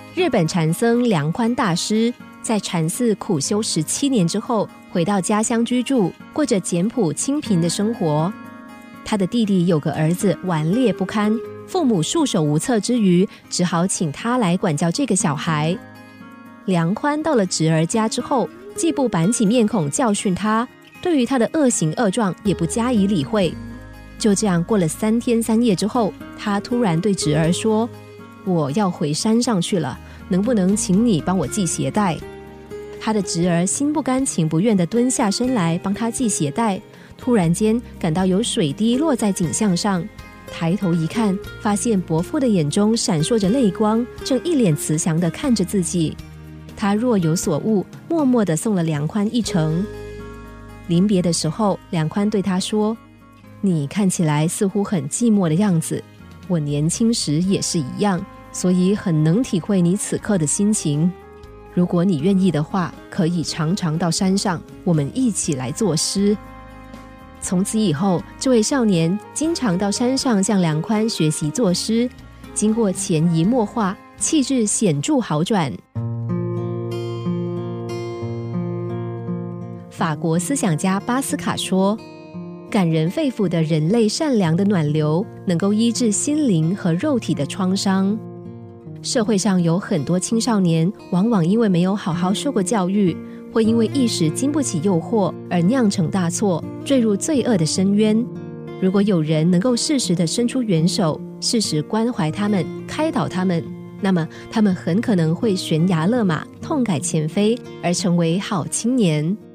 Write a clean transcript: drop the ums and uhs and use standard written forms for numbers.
日本禅僧梁宽大师在禅寺苦修17年之后，回到家乡居住，过着简朴清贫的生活。他的弟弟有个儿子顽劣不堪，父母束手无策之余，只好请他来管教这个小孩。梁宽到了侄儿家之后，既不板起面孔教训他，对于他的恶行恶状也不加以理会。就这样过了3天3夜之后，他突然对侄儿说：我要回山上去了，能不能请你帮我系鞋带？他的侄儿心不甘情不愿地蹲下身来帮他系鞋带，突然间感到有水滴落在颈项上，抬头一看，发现伯父的眼中闪烁着泪光，正一脸慈祥地看着自己。他若有所悟，默默地送了梁宽一程。临别的时候，梁宽对他说：你看起来似乎很寂寞的样子，我年轻时也是一样，所以很能体会你此刻的心情。如果你愿意的话，可以常常到山上，我们一起来作诗。从此以后，这位少年经常到山上向梁宽学习作诗，经过潜移默化，气质显著好转。法国思想家巴斯卡说，感人肺腑的人类善良的暖流，能够医治心灵和肉体的创伤。社会上有很多青少年，往往因为没有好好受过教育，会因为一时经不起诱惑而酿成大错，坠入罪恶的深渊。如果有人能够适时地伸出援手，适时关怀他们，开导他们，那么他们很可能会悬崖勒马，痛改前非，而成为好青年。